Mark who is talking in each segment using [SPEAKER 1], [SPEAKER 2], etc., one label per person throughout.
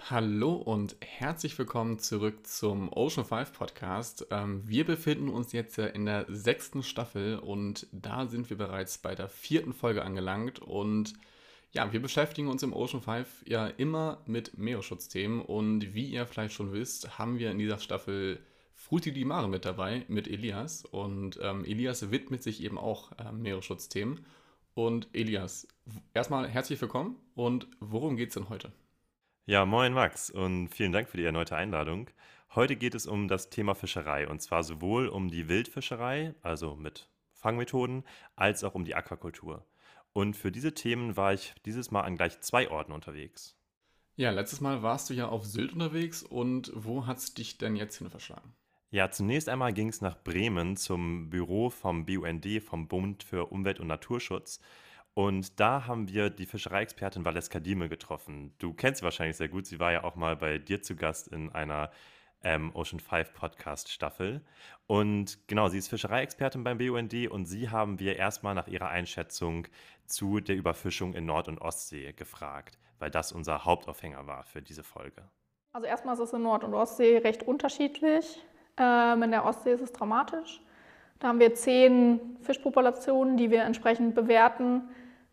[SPEAKER 1] Hallo und herzlich willkommen zurück zum Ocean 5 Podcast. Wir befinden uns jetzt ja in der 6. Staffel und da sind wir bereits bei der 4. Folge angelangt. Und ja, wir beschäftigen uns im Ocean 5 ja immer mit Meeresschutzthemen und wie ihr vielleicht schon wisst, haben wir in dieser Staffel Fruti di Mare mit dabei, mit Elias. Und Elias widmet sich eben auch Meeresschutzthemen. Und Elias, erstmal herzlich willkommen und worum geht's denn heute?
[SPEAKER 2] Ja, moin Max und vielen Dank für die erneute Einladung. Heute geht es um das Thema Fischerei und zwar sowohl um die Wildfischerei, also mit Fangmethoden, als auch um die Aquakultur. Und für diese Themen war ich dieses Mal an gleich zwei Orten unterwegs.
[SPEAKER 1] Ja, letztes Mal warst du ja auf Sylt unterwegs und wo hat's dich denn jetzt hin verschlagen?
[SPEAKER 2] Ja, zunächst einmal ging es nach Bremen zum Büro vom BUND, vom Bund für Umwelt- und Naturschutz. Und da haben wir die Fischereiexpertin Valeska Diemel getroffen. Du kennst sie wahrscheinlich sehr gut. Sie war ja auch mal bei dir zu Gast in einer Ocean 5 Podcast Staffel. Und genau, sie ist Fischereiexpertin beim BUND und sie haben wir erstmal nach ihrer Einschätzung zu der Überfischung in Nord- und Ostsee gefragt, weil das unser Hauptaufhänger war für diese Folge.
[SPEAKER 3] Also erstmal ist es in Nord- und Ostsee recht unterschiedlich. In der Ostsee ist es dramatisch. Da haben wir 10 Fischpopulationen, die wir entsprechend bewerten.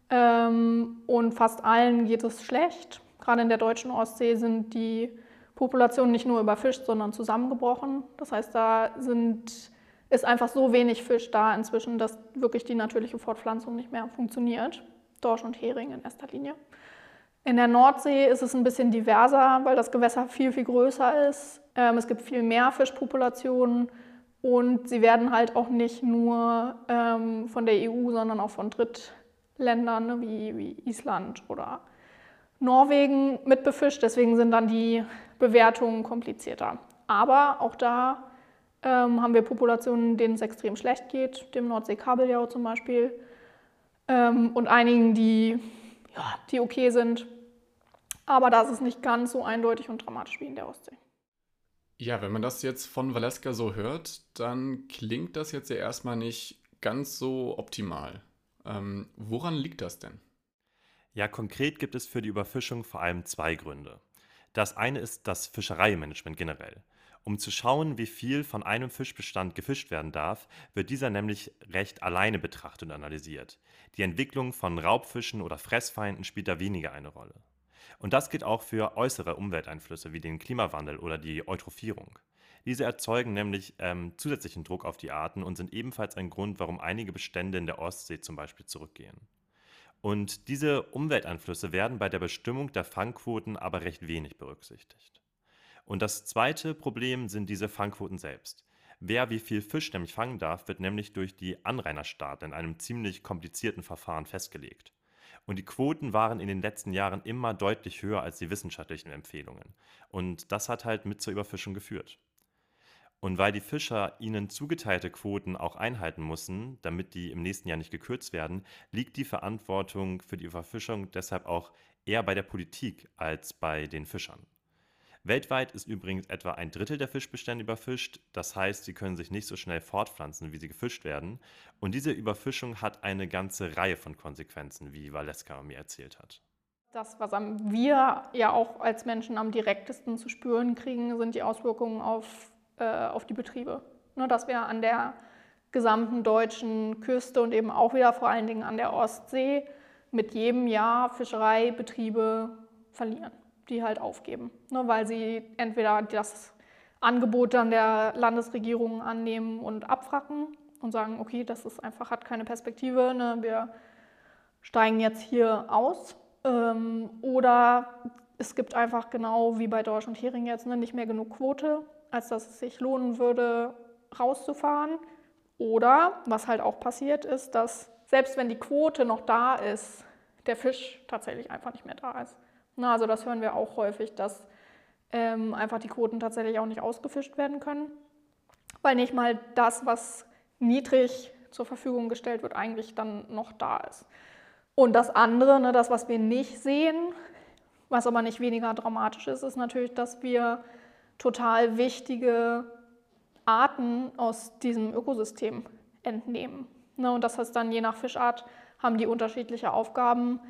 [SPEAKER 3] Und fast allen geht es schlecht. Gerade in der deutschen Ostsee sind die Populationen nicht nur überfischt, sondern zusammengebrochen. Das heißt, ist einfach so wenig Fisch da inzwischen, dass wirklich die natürliche Fortpflanzung nicht mehr funktioniert. Dorsch und Hering in erster Linie. In der Nordsee ist es ein bisschen diverser, weil das Gewässer viel, viel größer ist. Es gibt viel mehr Fischpopulationen und sie werden halt auch nicht nur von der EU, sondern auch von Drittländern, ne, wie Island oder Norwegen mit befischt. Deswegen sind dann die Bewertungen komplizierter. Aber auch da haben wir Populationen, denen es extrem schlecht geht, dem Nordseekabeljau zum Beispiel, und einigen, die okay sind. Aber da ist es nicht ganz so eindeutig und dramatisch wie in der Ostsee.
[SPEAKER 1] Ja, wenn man das jetzt von Valeska so hört, dann klingt das jetzt ja erstmal nicht ganz so optimal. Woran liegt das denn?
[SPEAKER 2] Ja, konkret gibt es für die Überfischung vor allem zwei Gründe. Das eine ist das Fischereimanagement generell. Um zu schauen, wie viel von einem Fischbestand gefischt werden darf, wird dieser nämlich recht alleine betrachtet und analysiert. Die Entwicklung von Raubfischen oder Fressfeinden spielt da weniger eine Rolle. Und das gilt auch für äußere Umwelteinflüsse wie den Klimawandel oder die Eutrophierung. Diese erzeugen nämlich zusätzlichen Druck auf die Arten und sind ebenfalls ein Grund, warum einige Bestände in der Ostsee zum Beispiel zurückgehen. Und diese Umwelteinflüsse werden bei der Bestimmung der Fangquoten aber recht wenig berücksichtigt. Und das zweite Problem sind diese Fangquoten selbst. Wer wie viel Fisch nämlich fangen darf, wird nämlich durch die Anrainerstaaten in einem ziemlich komplizierten Verfahren festgelegt. Und die Quoten waren in den letzten Jahren immer deutlich höher als die wissenschaftlichen Empfehlungen. Und das hat halt mit zur Überfischung geführt. Und weil die Fischer ihnen zugeteilte Quoten auch einhalten müssen, damit die im nächsten Jahr nicht gekürzt werden, liegt die Verantwortung für die Überfischung deshalb auch eher bei der Politik als bei den Fischern. Weltweit ist übrigens etwa ein Drittel der Fischbestände überfischt, das heißt, sie können sich nicht so schnell fortpflanzen, wie sie gefischt werden. Und diese Überfischung hat eine ganze Reihe von Konsequenzen, wie Valeska mir erzählt hat.
[SPEAKER 3] Das, was wir ja auch als Menschen am direktesten zu spüren kriegen, sind die Auswirkungen auf die Betriebe. Ne, dass wir an der gesamten deutschen Küste und eben auch wieder vor allen Dingen an der Ostsee mit jedem Jahr Fischereibetriebe verlieren, die halt aufgeben, ne, weil sie entweder das Angebot dann der Landesregierung annehmen und abwracken und sagen, okay, das ist einfach, hat keine Perspektive, ne, wir steigen jetzt hier aus. Oder es gibt einfach genau wie bei Dorsch und Hering jetzt nicht mehr genug Quote, als dass es sich lohnen würde, rauszufahren. Oder was halt auch passiert ist, dass selbst wenn die Quote noch da ist, der Fisch tatsächlich einfach nicht mehr da ist. Na, also das hören wir auch häufig, dass einfach die Quoten tatsächlich auch nicht ausgefischt werden können, weil nicht mal das, was niedrig zur Verfügung gestellt wird, eigentlich dann noch da ist. Und das andere, ne, das, was wir nicht sehen, was aber nicht weniger dramatisch ist, ist natürlich, dass wir total wichtige Arten aus diesem Ökosystem entnehmen. Ne, und das heißt dann, je nach Fischart haben die unterschiedliche Aufgaben.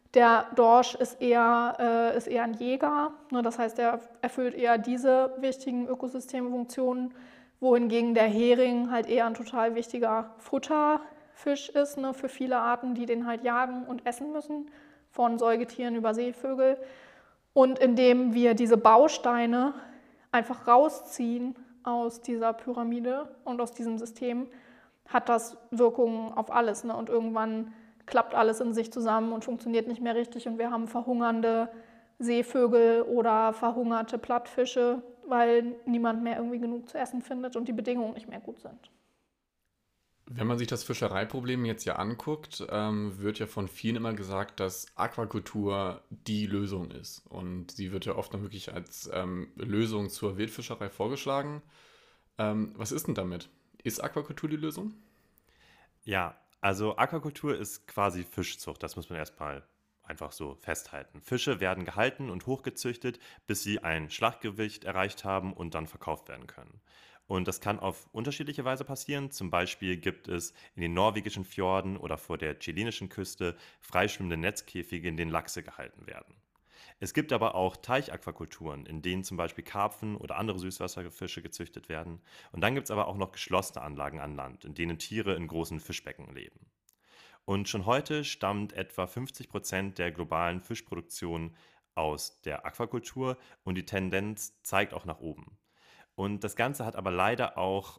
[SPEAKER 3] Der Dorsch ist eher ein Jäger, ne? Das heißt, er erfüllt eher diese wichtigen Ökosystemfunktionen, wohingegen der Hering halt eher ein total wichtiger Futterfisch ist, ne? Für viele Arten, die den halt jagen und essen müssen, von Säugetieren über Seevögel. Und indem wir diese Bausteine einfach rausziehen aus dieser Pyramide und aus diesem System, hat das Wirkungen auf alles, ne? Und irgendwann klappt alles in sich zusammen und funktioniert nicht mehr richtig und wir haben verhungernde Seevögel oder verhungerte Plattfische, weil niemand mehr irgendwie genug zu essen findet und die Bedingungen nicht mehr gut sind.
[SPEAKER 1] Wenn man sich das Fischereiproblem jetzt ja anguckt, wird ja von vielen immer gesagt, dass Aquakultur die Lösung ist. Und sie wird ja oft dann wirklich als Lösung zur Wildfischerei vorgeschlagen. Was ist denn damit? Ist Aquakultur die Lösung?
[SPEAKER 2] Ja, also Aquakultur ist quasi Fischzucht, das muss man erstmal einfach so festhalten. Fische werden gehalten und hochgezüchtet, bis sie ein Schlachtgewicht erreicht haben und dann verkauft werden können. Und das kann auf unterschiedliche Weise passieren. Zum Beispiel gibt es in den norwegischen Fjorden oder vor der chilenischen Küste freischwimmende Netzkäfige, in denen Lachse gehalten werden. Es gibt aber auch Teichaquakulturen, in denen zum Beispiel Karpfen oder andere Süßwasserfische gezüchtet werden. Und dann gibt es aber auch noch geschlossene Anlagen an Land, in denen Tiere in großen Fischbecken leben. Und schon heute stammt etwa 50% der globalen Fischproduktion aus der Aquakultur und die Tendenz zeigt auch nach oben. Und das Ganze hat aber leider auch,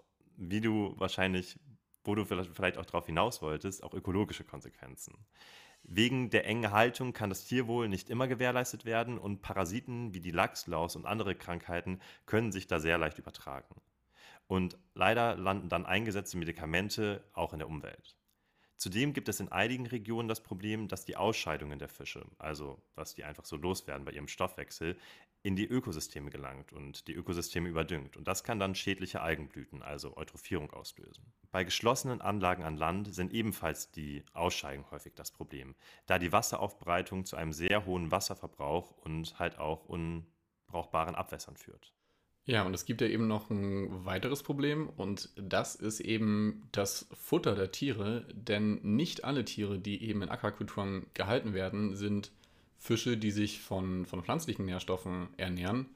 [SPEAKER 2] wo du vielleicht auch darauf hinaus wolltest, auch ökologische Konsequenzen. Wegen der engen Haltung kann das Tierwohl nicht immer gewährleistet werden und Parasiten wie die Lachslaus und andere Krankheiten können sich da sehr leicht übertragen. Und leider landen dann eingesetzte Medikamente auch in der Umwelt. Zudem gibt es in einigen Regionen das Problem, dass die Ausscheidungen der Fische, also dass die einfach so loswerden bei ihrem Stoffwechsel, in die Ökosysteme gelangt und die Ökosysteme überdüngt. Und das kann dann schädliche Algenblüten, also Eutrophierung, auslösen. Bei geschlossenen Anlagen an Land sind ebenfalls die Ausscheidungen häufig das Problem, da die Wasseraufbereitung zu einem sehr hohen Wasserverbrauch und halt auch unbrauchbaren Abwässern führt.
[SPEAKER 1] Ja, und es gibt ja eben noch ein weiteres Problem und das ist eben das Futter der Tiere, denn nicht alle Tiere, die eben in Aquakulturen gehalten werden, sind Fische, die sich von pflanzlichen Nährstoffen ernähren.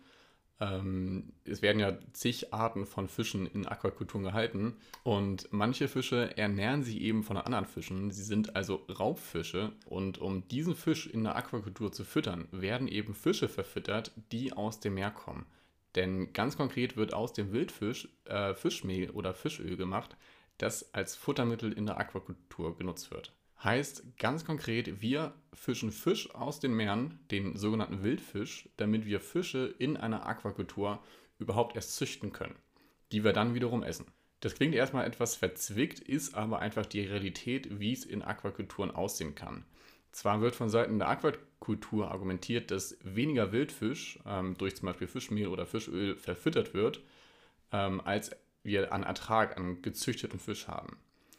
[SPEAKER 1] Es werden ja zig Arten von Fischen in Aquakulturen gehalten und manche Fische ernähren sich eben von anderen Fischen. Sie sind also Raubfische und um diesen Fisch in der Aquakultur zu füttern, werden eben Fische verfüttert, die aus dem Meer kommen. Denn ganz konkret wird aus dem Wildfisch Fischmehl oder Fischöl gemacht, das als Futtermittel in der Aquakultur genutzt wird. Heißt ganz konkret, wir fischen Fisch aus den Meeren, den sogenannten Wildfisch, damit wir Fische in einer Aquakultur überhaupt erst züchten können, die wir dann wiederum essen. Das klingt erstmal etwas verzwickt, ist aber einfach die Realität, wie es in Aquakulturen aussehen kann. Zwar wird von Seiten der Aquakultur argumentiert, dass weniger Wildfisch durch zum Beispiel Fischmehl oder Fischöl verfüttert wird, als wir an Ertrag an gezüchteten Fisch haben.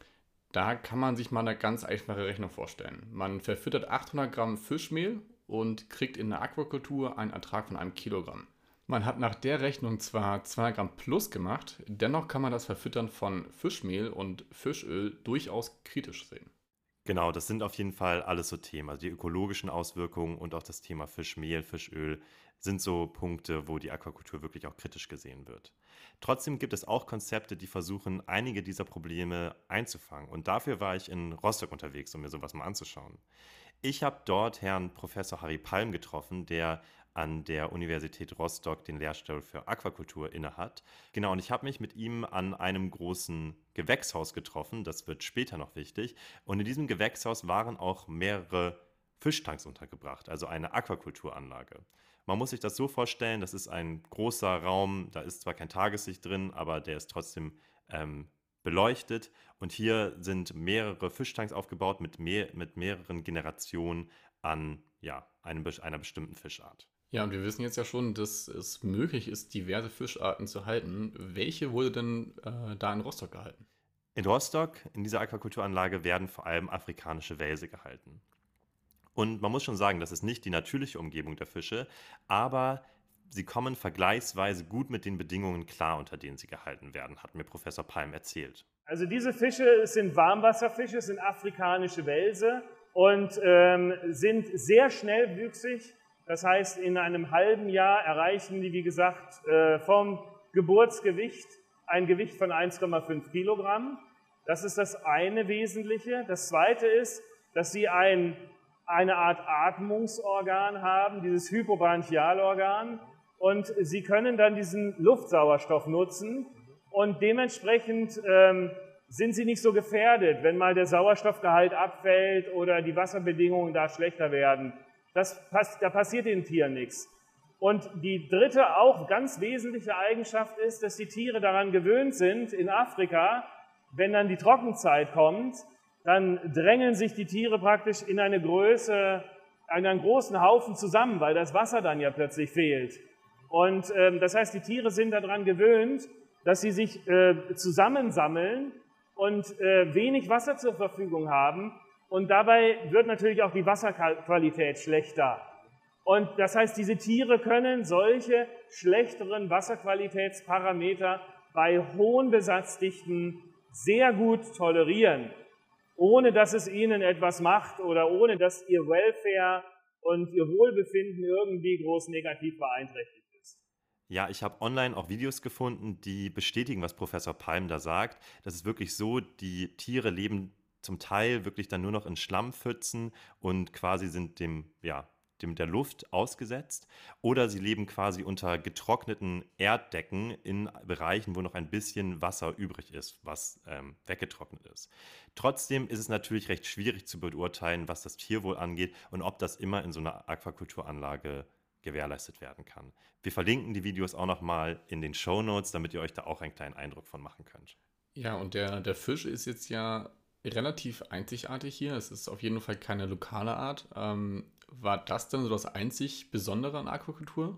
[SPEAKER 1] Da kann man sich mal eine ganz einfache Rechnung vorstellen. Man verfüttert 800 Gramm Fischmehl und kriegt in der Aquakultur einen Ertrag von 1 Kilogramm. Man hat nach der Rechnung zwar 200 Gramm plus gemacht, dennoch kann man das Verfüttern von Fischmehl und Fischöl durchaus kritisch sehen.
[SPEAKER 2] Genau, das sind auf jeden Fall alles so Themen. Also die ökologischen Auswirkungen und auch das Thema Fischmehl, Fischöl sind so Punkte, wo die Aquakultur wirklich auch kritisch gesehen wird. Trotzdem gibt es auch Konzepte, die versuchen, einige dieser Probleme einzufangen. Und dafür war ich in Rostock unterwegs, um mir sowas mal anzuschauen. Ich habe dort Herrn Professor Harry Palm getroffen, der an der Universität Rostock den Lehrstuhl für Aquakultur innehat. Genau, und ich habe mich mit ihm an einem großen Gewächshaus getroffen, das wird später noch wichtig. Und in diesem Gewächshaus waren auch mehrere Fischtanks untergebracht, also eine Aquakulturanlage. Man muss sich das so vorstellen, das ist ein großer Raum, da ist zwar kein Tageslicht drin, aber der ist trotzdem beleuchtet. Und hier sind mehrere Fischtanks aufgebaut mit mehreren Generationen an einer bestimmten Fischart.
[SPEAKER 1] Ja, und wir wissen jetzt ja schon, dass es möglich ist, diverse Fischarten zu halten. Welche wurde denn da in Rostock gehalten?
[SPEAKER 2] In Rostock, in dieser Aquakulturanlage, werden vor allem afrikanische Welse gehalten. Und man muss schon sagen, das ist nicht die natürliche Umgebung der Fische, aber sie kommen vergleichsweise gut mit den Bedingungen klar, unter denen sie gehalten werden, hat mir Professor Palm erzählt.
[SPEAKER 4] Also diese Fische sind Warmwasserfische, sind afrikanische Welse. und sind sehr schnellwüchsig. Das heißt, in einem halben Jahr erreichen die, wie gesagt, vom Geburtsgewicht ein Gewicht von 1,5 Kilogramm. Das ist das eine Wesentliche. Das zweite ist, dass sie eine Art Atmungsorgan haben, dieses Hypobranchialorgan. Und sie können dann diesen Luftsauerstoff nutzen und dementsprechend sind sie nicht so gefährdet, wenn mal der Sauerstoffgehalt abfällt oder die Wasserbedingungen da schlechter werden. Da passiert den Tieren nichts. Und die dritte, auch ganz wesentliche Eigenschaft ist, dass die Tiere daran gewöhnt sind, in Afrika, wenn dann die Trockenzeit kommt, dann drängeln sich die Tiere praktisch in einen großen Haufen zusammen, weil das Wasser dann ja plötzlich fehlt. Und das heißt, die Tiere sind daran gewöhnt, dass sie sich zusammensammeln und wenig Wasser zur Verfügung haben. Und dabei wird natürlich auch die Wasserqualität schlechter. Und das heißt, diese Tiere können solche schlechteren Wasserqualitätsparameter bei hohen Besatzdichten sehr gut tolerieren, ohne dass es ihnen etwas macht oder ohne dass ihr Welfare und ihr Wohlbefinden irgendwie groß negativ beeinträchtigt ist.
[SPEAKER 2] Ja, ich habe online auch Videos gefunden, die bestätigen, was Professor Palm da sagt. Das ist wirklich so, die Tiere leben zum Teil wirklich dann nur noch in Schlammpfützen und quasi sind der Luft ausgesetzt, oder sie leben quasi unter getrockneten Erddecken in Bereichen, wo noch ein bisschen Wasser übrig ist, was weggetrocknet ist. Trotzdem ist es natürlich recht schwierig zu beurteilen, was das Tierwohl angeht und ob das immer in so einer Aquakulturanlage gewährleistet werden kann. Wir verlinken die Videos auch nochmal in den Shownotes, damit ihr euch da auch einen kleinen Eindruck von machen könnt.
[SPEAKER 1] Ja, und der Fisch ist jetzt ja relativ einzigartig hier. Es ist auf jeden Fall keine lokale Art. War das denn so das einzig Besondere an Aquakultur?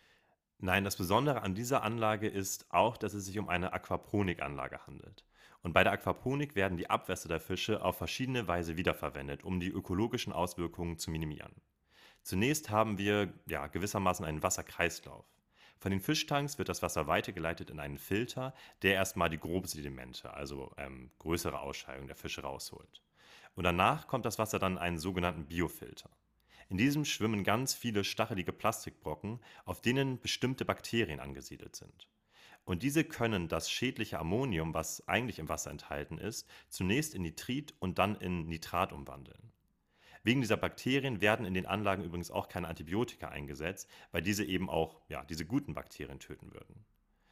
[SPEAKER 2] Nein, das Besondere an dieser Anlage ist auch, dass es sich um eine Aquaponikanlage handelt. Und bei der Aquaponik werden die Abwässer der Fische auf verschiedene Weise wiederverwendet, um die ökologischen Auswirkungen zu minimieren. Zunächst haben wir gewissermaßen einen Wasserkreislauf. Von den Fischtanks wird das Wasser weitergeleitet in einen Filter, der erstmal die groben Sedimente, also größere Ausscheidungen der Fische rausholt. Und danach kommt das Wasser dann in einen sogenannten Biofilter. In diesem schwimmen ganz viele stachelige Plastikbrocken, auf denen bestimmte Bakterien angesiedelt sind. Und diese können das schädliche Ammonium, was eigentlich im Wasser enthalten ist, zunächst in Nitrit und dann in Nitrat umwandeln. Wegen dieser Bakterien werden in den Anlagen übrigens auch keine Antibiotika eingesetzt, weil diese eben auch diese guten Bakterien töten würden.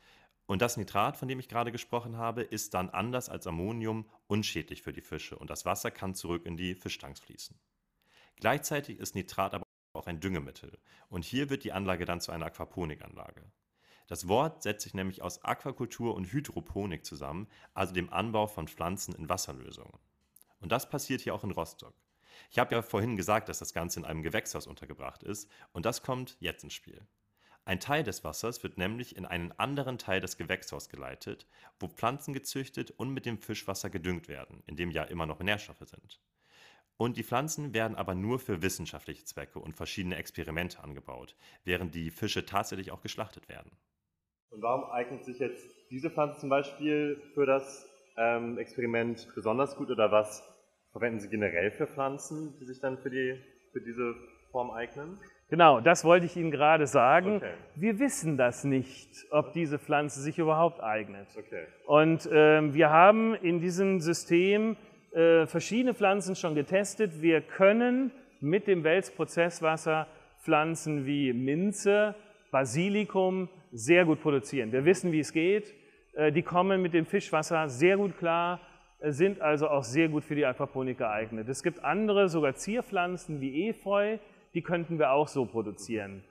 [SPEAKER 2] Und das Nitrat, von dem ich gerade gesprochen habe, ist dann anders als Ammonium unschädlich für die Fische und das Wasser kann zurück in die Fischtanks fließen. Gleichzeitig ist Nitrat aber auch ein Düngemittel und hier wird die Anlage dann zu einer Aquaponikanlage. Das Wort setzt sich nämlich aus Aquakultur und Hydroponik zusammen, also dem Anbau von Pflanzen in Wasserlösungen. Und das passiert hier auch in Rostock. Ich habe ja vorhin gesagt, dass das Ganze in einem Gewächshaus untergebracht ist und das kommt jetzt ins Spiel. Ein Teil des Wassers wird nämlich in einen anderen Teil des Gewächshauses geleitet, wo Pflanzen gezüchtet und mit dem Fischwasser gedüngt werden, in dem ja immer noch Nährstoffe sind. Und die Pflanzen werden aber nur für wissenschaftliche Zwecke und verschiedene Experimente angebaut, während die Fische tatsächlich auch geschlachtet werden.
[SPEAKER 5] Und warum eignet sich jetzt diese Pflanze zum Beispiel für das Experiment besonders gut oder was verwenden Sie generell für Pflanzen, die sich dann für diese Form eignen?
[SPEAKER 4] Genau, das wollte ich Ihnen gerade sagen.
[SPEAKER 5] Okay.
[SPEAKER 4] Wir wissen das nicht, ob diese Pflanze sich überhaupt eignet.
[SPEAKER 5] Okay.
[SPEAKER 4] Und wir haben in diesem System verschiedene Pflanzen schon getestet. Wir können mit dem Wels-Prozesswasser Pflanzen wie Minze, Basilikum sehr gut produzieren. Wir wissen, wie es geht. Die kommen mit dem Fischwasser sehr gut klar, sind also auch sehr gut für die Aquaponik geeignet. Es gibt andere, sogar Zierpflanzen wie Efeu, die könnten wir auch so produzieren.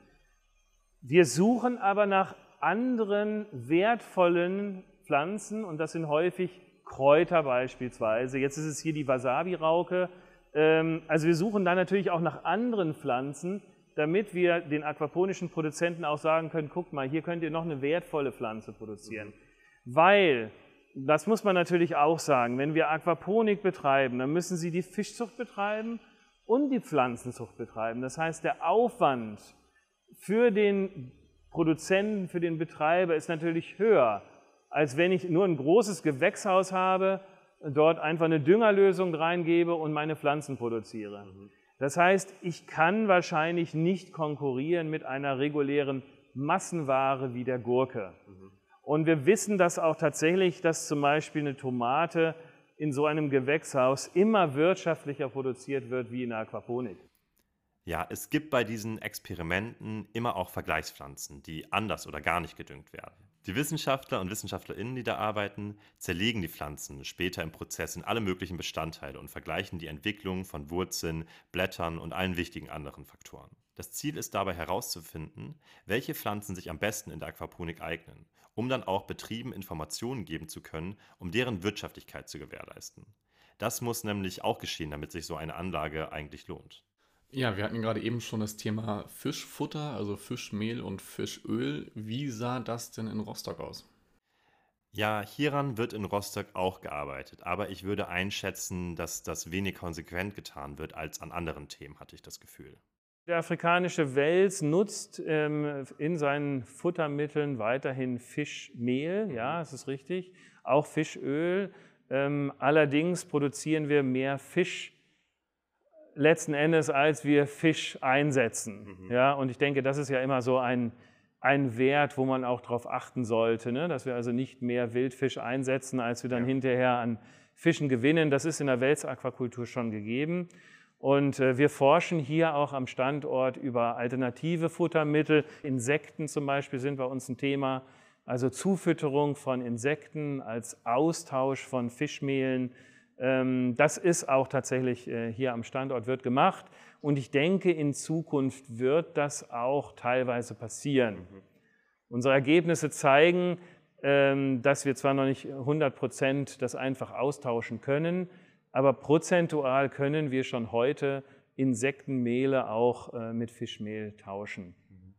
[SPEAKER 4] Wir suchen aber nach anderen wertvollen Pflanzen und das sind häufig Kräuter beispielsweise. Jetzt ist es hier die Wasabi-Rauke. Also wir suchen da natürlich auch nach anderen Pflanzen, damit wir den aquaponischen Produzenten auch sagen können, guckt mal, hier könnt ihr noch eine wertvolle Pflanze produzieren. Weil, das muss man natürlich auch sagen, wenn wir Aquaponik betreiben, dann müssen Sie die Fischzucht betreiben und die Pflanzenzucht betreiben. Das heißt, der Aufwand für den Produzenten, für den Betreiber ist natürlich höher, als wenn ich nur ein großes Gewächshaus habe, dort einfach eine Düngerlösung reingebe und meine Pflanzen produziere. Das heißt, ich kann wahrscheinlich nicht konkurrieren mit einer regulären Massenware wie der Gurke. Und wir wissen das auch tatsächlich, dass zum Beispiel eine Tomate in so einem Gewächshaus immer wirtschaftlicher produziert wird wie in der Aquaponik.
[SPEAKER 2] Ja, es gibt bei diesen Experimenten immer auch Vergleichspflanzen, die anders oder gar nicht gedüngt werden. Die Wissenschaftler und WissenschaftlerInnen, die da arbeiten, zerlegen die Pflanzen später im Prozess in alle möglichen Bestandteile und vergleichen die Entwicklung von Wurzeln, Blättern und allen wichtigen anderen Faktoren. Das Ziel ist dabei herauszufinden, welche Pflanzen sich am besten in der Aquaponik eignen, um dann auch Betrieben Informationen geben zu können, um deren Wirtschaftlichkeit zu gewährleisten. Das muss nämlich auch geschehen, damit sich so eine Anlage eigentlich lohnt.
[SPEAKER 1] Ja, wir hatten gerade eben schon das Thema Fischfutter, also Fischmehl und Fischöl. Wie sah das denn in Rostock aus?
[SPEAKER 2] Ja, hieran wird in Rostock auch gearbeitet, aber ich würde einschätzen, dass das wenig konsequent getan wird als an anderen Themen, hatte ich das Gefühl.
[SPEAKER 4] Der afrikanische Wels nutzt in seinen Futtermitteln weiterhin Fischmehl, ja, das ist richtig, auch Fischöl. Allerdings produzieren wir mehr Fisch letzten Endes, als wir Fisch einsetzen. Ja, und ich denke, das ist ja immer so ein Wert, wo man auch darauf achten sollte, ne? Dass wir also nicht mehr Wildfisch einsetzen, als wir dann hinterher an Fischen gewinnen. Das ist in der Welsaquakultur schon gegeben. Und wir forschen hier auch am Standort über alternative Futtermittel. Insekten zum Beispiel sind bei uns ein Thema, also Zufütterung von Insekten als Austausch von Fischmehlen. Das ist auch tatsächlich hier am Standort, wird gemacht. Und ich denke, in Zukunft wird das auch teilweise passieren. Unsere Ergebnisse zeigen, dass wir zwar noch nicht 100% das einfach austauschen können, aber prozentual können wir schon heute Insektenmehle auch mit Fischmehl tauschen.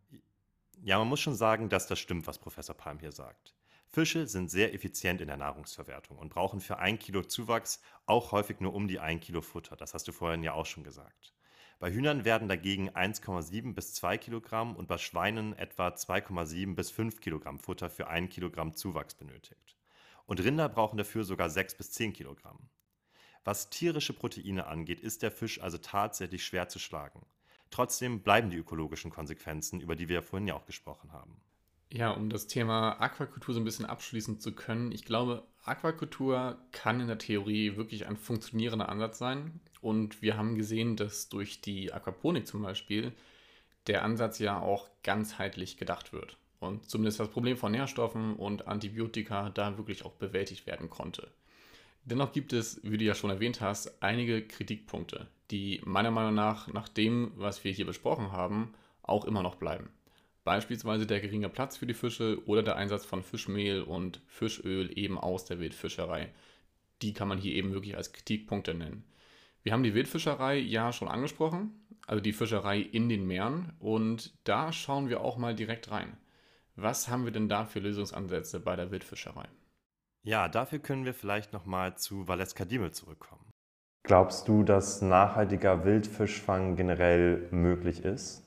[SPEAKER 2] Ja, man muss schon sagen, dass das stimmt, was Professor Palm hier sagt. Fische sind sehr effizient in der Nahrungsverwertung und brauchen für 1 Kilo Zuwachs auch häufig nur um die 1 Kilo Futter. Das hast du vorhin ja auch schon gesagt. Bei Hühnern werden dagegen 1,7 bis 2 Kilogramm und bei Schweinen etwa 2,7 bis 5 Kilogramm Futter für 1 Kilogramm Zuwachs benötigt. Und Rinder brauchen dafür sogar 6 bis 10 Kilogramm. Was tierische Proteine angeht, ist der Fisch also tatsächlich schwer zu schlagen. Trotzdem bleiben die ökologischen Konsequenzen, über die wir vorhin ja auch gesprochen haben.
[SPEAKER 1] Ja, um das Thema Aquakultur so ein bisschen abschließen zu können. Ich glaube, Aquakultur kann in der Theorie wirklich ein funktionierender Ansatz sein. Und wir haben gesehen, dass durch die Aquaponik zum Beispiel der Ansatz ja auch ganzheitlich gedacht wird. Und zumindest das Problem von Nährstoffen und Antibiotika da wirklich auch bewältigt werden konnte. Dennoch gibt es, wie du ja schon erwähnt hast, einige Kritikpunkte, die meiner Meinung nach dem, was wir hier besprochen haben, auch immer noch bleiben. Beispielsweise der geringe Platz für die Fische oder der Einsatz von Fischmehl und Fischöl eben aus der Wildfischerei. Die kann man hier eben wirklich als Kritikpunkte nennen. Wir haben die Wildfischerei ja schon angesprochen, also die Fischerei in den Meeren, und da schauen wir auch mal direkt rein. Was haben wir denn da für Lösungsansätze bei der Wildfischerei?
[SPEAKER 2] Ja, dafür können wir vielleicht nochmal zu Valeska Diemel zurückkommen.
[SPEAKER 5] Glaubst du, dass nachhaltiger Wildfischfang generell möglich ist?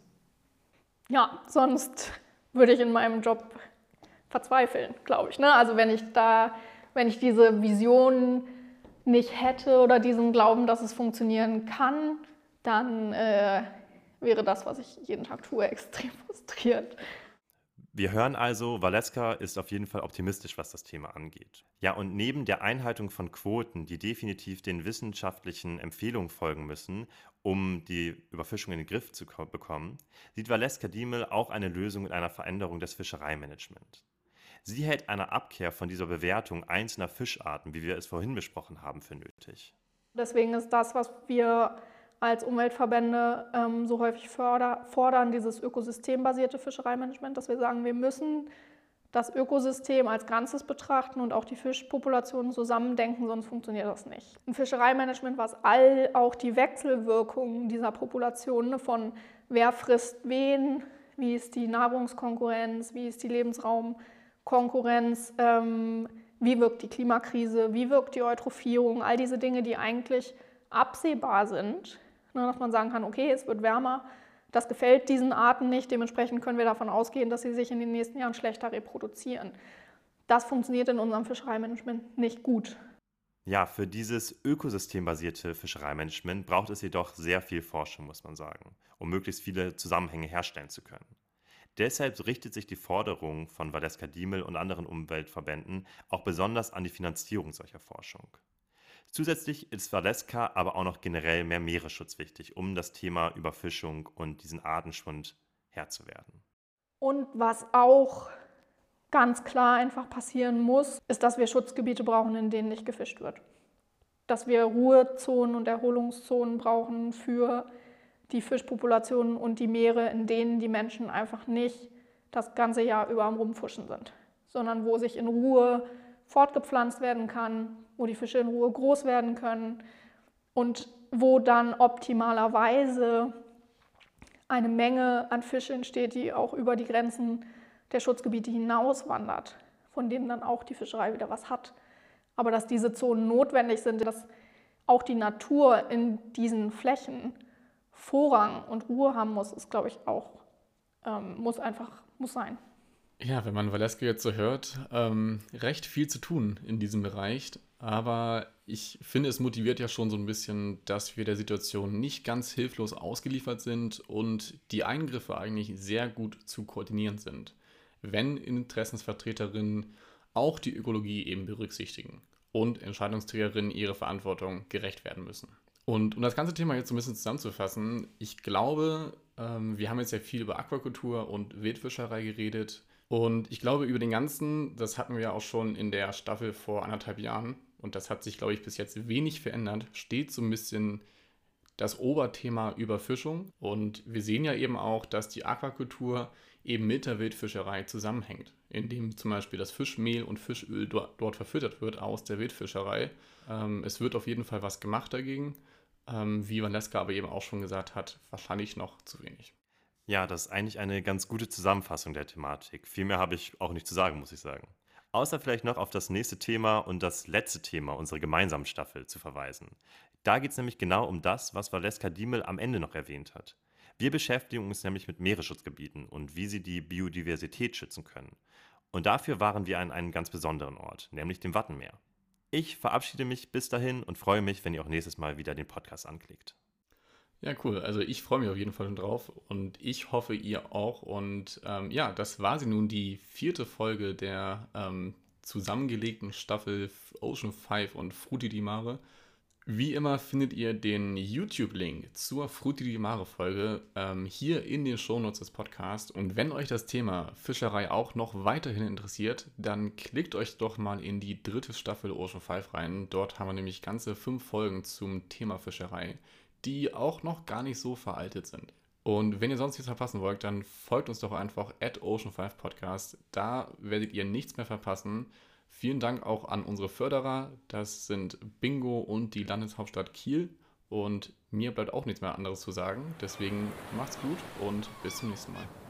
[SPEAKER 3] Ja, sonst würde ich in meinem Job verzweifeln, glaube ich. Ne? Also wenn ich diese Vision nicht hätte oder diesen Glauben, dass es funktionieren kann, dann wäre das, was ich jeden Tag tue, extrem frustrierend.
[SPEAKER 2] Wir hören also, Valeska ist auf jeden Fall optimistisch, was das Thema angeht. Ja, und neben der Einhaltung von Quoten, die definitiv den wissenschaftlichen Empfehlungen folgen müssen, um die Überfischung in den Griff zu bekommen, sieht Valeska Diemel auch eine Lösung in einer Veränderung des Fischereimanagements. Sie hält eine Abkehr von dieser Bewertung einzelner Fischarten, wie wir es vorhin besprochen haben, für nötig.
[SPEAKER 3] Deswegen ist das, was wir als Umweltverbände so häufig fordern, dieses ökosystembasierte Fischereimanagement, dass wir sagen, wir müssen das Ökosystem als Ganzes betrachten und auch die Fischpopulationen zusammendenken, sonst funktioniert das nicht. Ein Fischereimanagement, was auch die Wechselwirkungen dieser Populationen von wer frisst wen, wie ist die Nahrungskonkurrenz, wie ist die Lebensraumkonkurrenz, wie wirkt die Klimakrise, wie wirkt die Eutrophierung, all diese Dinge, die eigentlich absehbar sind, dass man sagen kann, okay, es wird wärmer, das gefällt diesen Arten nicht, dementsprechend können wir davon ausgehen, dass sie sich in den nächsten Jahren schlechter reproduzieren. Das funktioniert in unserem Fischereimanagement nicht gut.
[SPEAKER 2] Ja, für dieses ökosystembasierte Fischereimanagement braucht es jedoch sehr viel Forschung, muss man sagen, um möglichst viele Zusammenhänge herstellen zu können. Deshalb richtet sich die Forderung von Valeska Diemel und anderen Umweltverbänden auch besonders an die Finanzierung solcher Forschung. Zusätzlich ist Valeska aber auch noch generell mehr Meeresschutz wichtig, um das Thema Überfischung und diesen Artenschwund Herr zu werden.
[SPEAKER 3] Und was auch ganz klar einfach passieren muss, ist, dass wir Schutzgebiete brauchen, in denen nicht gefischt wird. Dass wir Ruhezonen und Erholungszonen brauchen für die Fischpopulationen und die Meere, in denen die Menschen einfach nicht das ganze Jahr über am Rumfischen sind, sondern wo sich in Ruhe fortgepflanzt werden kann, wo die Fische in Ruhe groß werden können und wo dann optimalerweise eine Menge an Fisch entsteht, die auch über die Grenzen der Schutzgebiete hinaus wandert, von denen dann auch die Fischerei wieder was hat. Aber dass diese Zonen notwendig sind, dass auch die Natur in diesen Flächen Vorrang und Ruhe haben muss, ist, glaube ich, auch, muss sein.
[SPEAKER 1] Ja, wenn man Valeska jetzt so hört, recht viel zu tun in diesem Bereich. Aber ich finde, es motiviert ja schon so ein bisschen, dass wir der Situation nicht ganz hilflos ausgeliefert sind und die Eingriffe eigentlich sehr gut zu koordinieren sind, wenn Interessensvertreterinnen auch die Ökologie eben berücksichtigen und Entscheidungsträgerinnen ihre Verantwortung gerecht werden müssen. Und um das ganze Thema jetzt so ein bisschen zusammenzufassen, ich glaube, wir haben jetzt ja viel über Aquakultur und Wildfischerei geredet. Und ich glaube, über den ganzen, das hatten wir auch schon in der Staffel vor 1,5 Jahren, und das hat sich, glaube ich, bis jetzt wenig verändert, steht so ein bisschen das Oberthema Überfischung. Und wir sehen ja eben auch, dass die Aquakultur eben mit der Wildfischerei zusammenhängt, indem zum Beispiel das Fischmehl und Fischöl dort verfüttert wird aus der Wildfischerei. Es wird auf jeden Fall was gemacht dagegen. Wie Valeska aber eben auch schon gesagt hat, wahrscheinlich noch zu wenig.
[SPEAKER 2] Ja, das ist eigentlich eine ganz gute Zusammenfassung der Thematik. Viel mehr habe ich auch nicht zu sagen, muss ich sagen. Außer vielleicht noch auf das nächste Thema und das letzte Thema unserer gemeinsamen Staffel zu verweisen. Da geht es nämlich genau um das, was Valeska Diemel am Ende noch erwähnt hat. Wir beschäftigen uns nämlich mit Meeresschutzgebieten und wie sie die Biodiversität schützen können. Und dafür waren wir an einem ganz besonderen Ort, nämlich dem Wattenmeer. Ich verabschiede mich bis dahin und freue mich, wenn ihr auch nächstes Mal wieder den Podcast anklickt.
[SPEAKER 1] Ja, cool. Also ich freue mich auf jeden Fall schon drauf und ich hoffe, ihr auch. Und ja, das war sie nun, die 4. Folge der zusammengelegten Staffel Ocean 5 und Frutti di Mare. Wie immer findet ihr den YouTube-Link zur Frutti di Mare Folge hier in den Shownotes des Podcasts. Und wenn euch das Thema Fischerei auch noch weiterhin interessiert, dann klickt euch doch mal in die 3. Staffel Ocean 5 rein. Dort haben wir nämlich ganze 5 Folgen zum Thema Fischerei, die auch noch gar nicht so veraltet sind. Und wenn ihr sonst nichts verpassen wollt, dann folgt uns doch einfach @Ocean5Podcast. Da werdet ihr nichts mehr verpassen. Vielen Dank auch an unsere Förderer. Das sind Bingo und die Landeshauptstadt Kiel. Und mir bleibt auch nichts mehr anderes zu sagen. Deswegen macht's gut und bis zum nächsten Mal.